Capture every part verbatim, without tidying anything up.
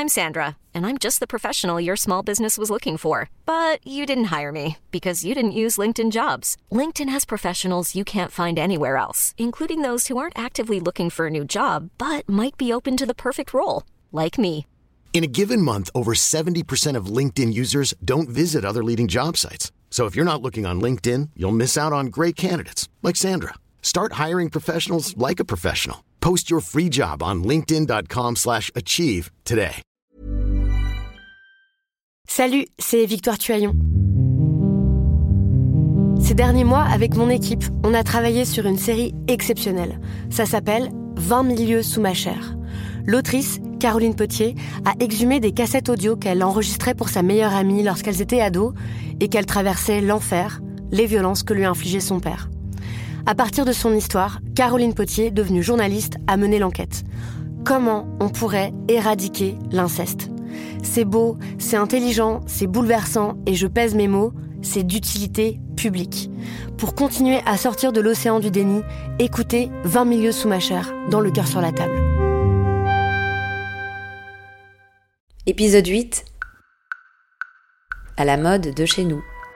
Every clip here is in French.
I'm Sandra, and I'm just the professional your small business was looking for. But you didn't hire me because you didn't use LinkedIn Jobs. LinkedIn has professionals you can't find anywhere else, including those who aren't actively looking for a new job, but might be open to the perfect role, like me. In a given month, over seventy percent of LinkedIn users don't visit other leading job sites. So if you're not looking on LinkedIn, you'll miss out on great candidates like Sandra. Start hiring professionals like a professional. Post your free job on linkedin.com slash achieve today. Salut, c'est Victoire Tuaillon. Ces derniers mois, avec mon équipe, on a travaillé sur une série exceptionnelle. Ça s'appelle « vingt mille lieues sous ma chair ». L'autrice, Caroline Potier, a exhumé des cassettes audio qu'elle enregistrait pour sa meilleure amie lorsqu'elles étaient ados et qu'elle traversait l'enfer, les violences que lui infligeait son père. À partir de son histoire, Caroline Potier, devenue journaliste, a mené l'enquête. Comment on pourrait éradiquer l'inceste ? C'est beau, c'est intelligent, c'est bouleversant et je pèse mes mots, c'est d'utilité publique. Pour continuer à sortir de l'océan du déni, écoutez vingt mille lieues sous ma chair, dans Le cœur sur la table. Épisode huit. À la mode de chez nous.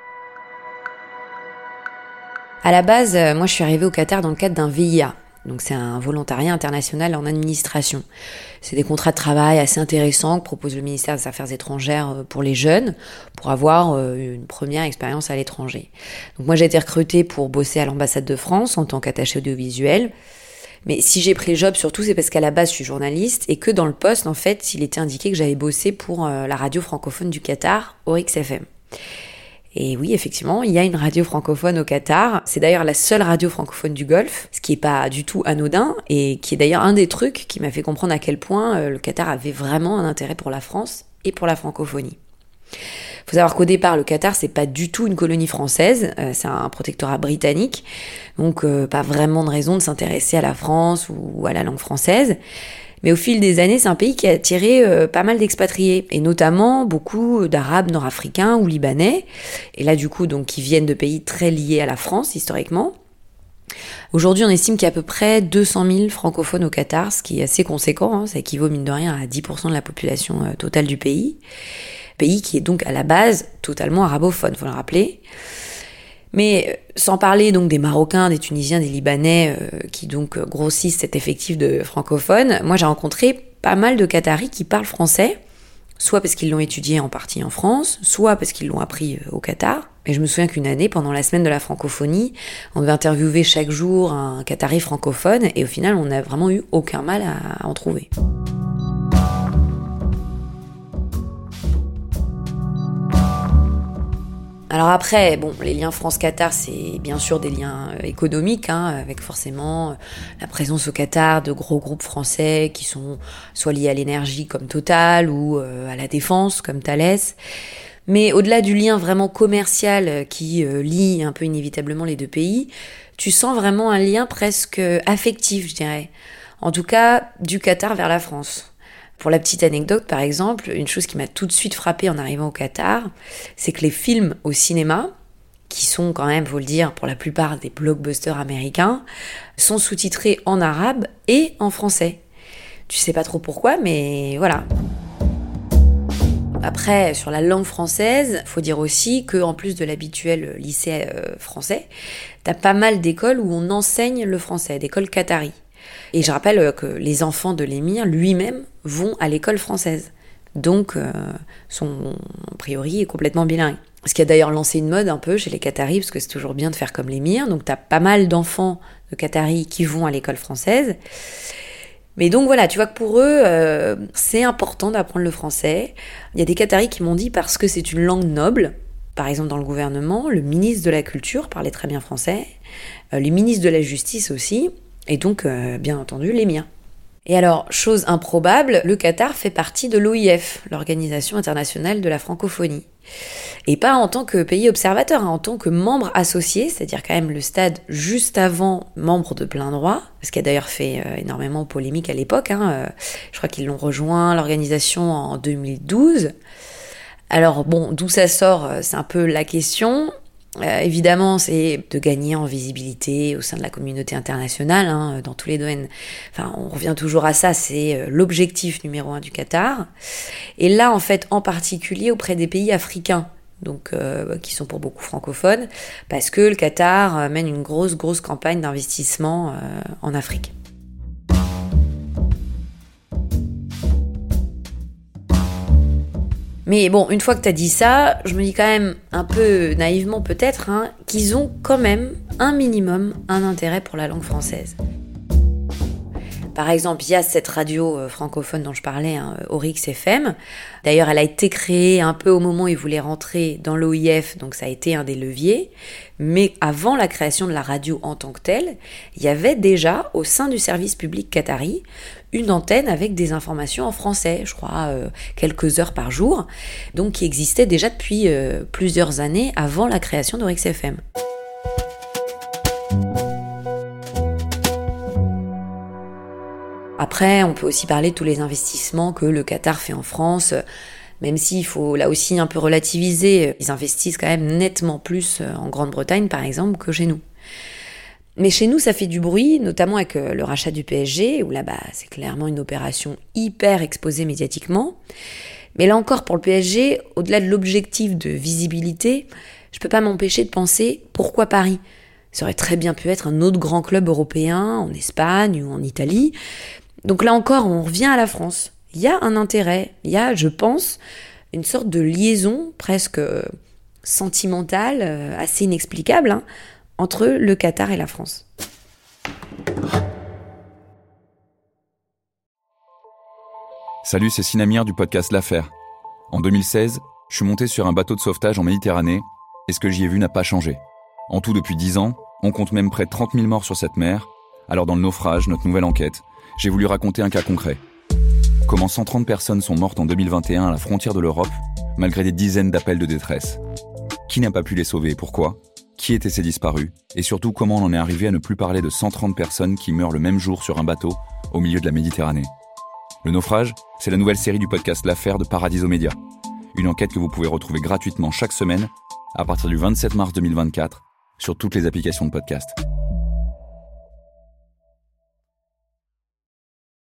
À la base, moi je suis arrivée au Qatar dans le cadre d'un V I A. Donc c'est un volontariat international en administration. C'est des contrats de travail assez intéressants que propose le ministère des Affaires étrangères pour les jeunes, pour avoir une première expérience à l'étranger. Donc moi j'ai été recrutée pour bosser à l'ambassade de France en tant qu'attachée audiovisuelle. Mais si j'ai pris le job, surtout, c'est parce qu'à la base, je suis journaliste et que dans le poste, en fait, il était indiqué que j'avais bossé pour euh, la radio francophone du Qatar, Oryx F M. Et oui, effectivement, il y a une radio francophone au Qatar. C'est d'ailleurs la seule radio francophone du Golfe, ce qui est pas du tout anodin et qui est d'ailleurs un des trucs qui m'a fait comprendre à quel point euh, le Qatar avait vraiment un intérêt pour la France et pour la francophonie. Faut savoir qu'au départ, le Qatar, c'est pas du tout une colonie française, euh, c'est un protectorat britannique, donc euh, pas vraiment de raison de s'intéresser à la France ou à la langue française. Mais au fil des années, c'est un pays qui a attiré euh, pas mal d'expatriés, et notamment beaucoup d'Arabes nord-africains ou libanais, et là du coup, donc qui viennent de pays très liés à la France historiquement. Aujourd'hui, on estime qu'il y a à peu près deux cent mille francophones au Qatar, ce qui est assez conséquent, hein, ça équivaut mine de rien à dix pour cent de la population euh, totale du pays. Pays qui est donc à la base totalement arabophone, faut le rappeler. Mais sans parler donc des Marocains, des Tunisiens, des Libanais euh, qui donc grossissent cet effectif de francophones, moi j'ai rencontré pas mal de Qataris qui parlent français, soit parce qu'ils l'ont étudié en partie en France, soit parce qu'ils l'ont appris au Qatar. Et je me souviens qu'une année, pendant la semaine de la francophonie, on devait interviewer chaque jour un Qatari francophone et au final on n'a vraiment eu aucun mal à en trouver. Alors après, bon, les liens France-Qatar, c'est bien sûr des liens économiques, hein, avec forcément la présence au Qatar de gros groupes français qui sont soit liés à l'énergie comme Total ou euh, à la défense comme Thales. Mais au-delà du lien vraiment commercial qui euh, lie un peu inévitablement les deux pays, tu sens vraiment un lien presque affectif, je dirais. En tout cas, du Qatar vers la France. Pour la petite anecdote, par exemple, une chose qui m'a tout de suite frappée en arrivant au Qatar, c'est que les films au cinéma, qui sont quand même, faut le dire, pour la plupart des blockbusters américains, sont sous-titrés en arabe et en français. Tu sais pas trop pourquoi, mais voilà. Après, sur la langue française, faut dire aussi qu'en plus de l'habituel lycée euh, français, t'as pas mal d'écoles où on enseigne le français, d'écoles qataries. Et je rappelle que les enfants de l'émir, lui-même, vont à l'école française. Donc, euh, son a priori est complètement bilingue. Ce qui a d'ailleurs lancé une mode un peu chez les Qataris, parce que c'est toujours bien de faire comme l'émir. Donc, t'as pas mal d'enfants de Qataris qui vont à l'école française. Mais donc voilà, tu vois que pour eux, euh, c'est important d'apprendre le français. Il y a des Qataris qui m'ont dit parce que c'est une langue noble. Par exemple, dans le gouvernement, le ministre de la Culture parlait très bien français. Euh, les ministres de la Justice aussi. Et donc, euh, bien entendu, l'émir. Et alors, chose improbable, le Qatar fait partie de l'O I F, l'Organisation internationale de la francophonie. Et pas en tant que pays observateur, hein, en tant que membre associé, c'est-à-dire quand même le stade juste avant membre de plein droit, ce qui a d'ailleurs fait euh, énormément polémique à l'époque, hein, euh, je crois qu'ils l'ont rejoint, l'organisation, en deux mille douze. Alors bon, d'où ça sort, c'est un peu la question. Euh, évidemment, c'est de gagner en visibilité au sein de la communauté internationale, hein, dans tous les domaines. Enfin, on revient toujours à ça, c'est l'objectif numéro un du Qatar. Et là, en fait, en particulier auprès des pays africains, donc euh, qui sont pour beaucoup francophones, parce que le Qatar mène une grosse, grosse campagne d'investissement euh, en Afrique. Mais bon, une fois que t'as dit ça, je me dis quand même, un peu naïvement peut-être, hein, qu'ils ont quand même un minimum un intérêt pour la langue française. Par exemple, il y a cette radio francophone dont je parlais, hein, Oryx F M. D'ailleurs, elle a été créée un peu au moment où ils voulaient rentrer dans l'O I F, donc ça a été un des leviers. Mais avant la création de la radio en tant que telle, il y avait déjà, au sein du service public qatari, une antenne avec des informations en français, je crois, euh, quelques heures par jour, donc qui existait déjà depuis euh, plusieurs années avant la création d'Oryx F M. Après, on peut aussi parler de tous les investissements que le Qatar fait en France, même s'il faut là aussi un peu relativiser. Ils investissent quand même nettement plus en Grande-Bretagne, par exemple, que chez nous. Mais chez nous, ça fait du bruit, notamment avec le rachat du P S G, où là, bah, c'est clairement une opération hyper exposée médiatiquement. Mais là encore, pour le P S G, au-delà de l'objectif de visibilité, je peux pas m'empêcher de penser pourquoi Paris ? Ça aurait très bien pu être un autre grand club européen, en Espagne ou en Italie. Donc là encore, on revient à la France. Il y a un intérêt, il y a, je pense, une sorte de liaison presque sentimentale, assez inexplicable, hein, entre le Qatar et la France. Salut, c'est Sinamir du podcast L'Affaire. En deux mille seize, je suis monté sur un bateau de sauvetage en Méditerranée et ce que j'y ai vu n'a pas changé. En tout, depuis dix ans, on compte même près de trente mille morts sur cette mer. Alors dans le naufrage, notre nouvelle enquête, j'ai voulu raconter un cas concret. Comment cent trente personnes sont mortes en deux mille vingt et un à la frontière de l'Europe, malgré des dizaines d'appels de détresse. Qui n'a pas pu les sauver et pourquoi ? Qui étaient ces disparus ? Et surtout, comment on en est arrivé à ne plus parler de cent trente personnes qui meurent le même jour sur un bateau au milieu de la Méditerranée ? Le naufrage, c'est la nouvelle série du podcast L'Affaire de Paradiso Média. Une enquête que vous pouvez retrouver gratuitement chaque semaine à partir du vingt-sept mars deux mille vingt-quatre sur toutes les applications de podcast.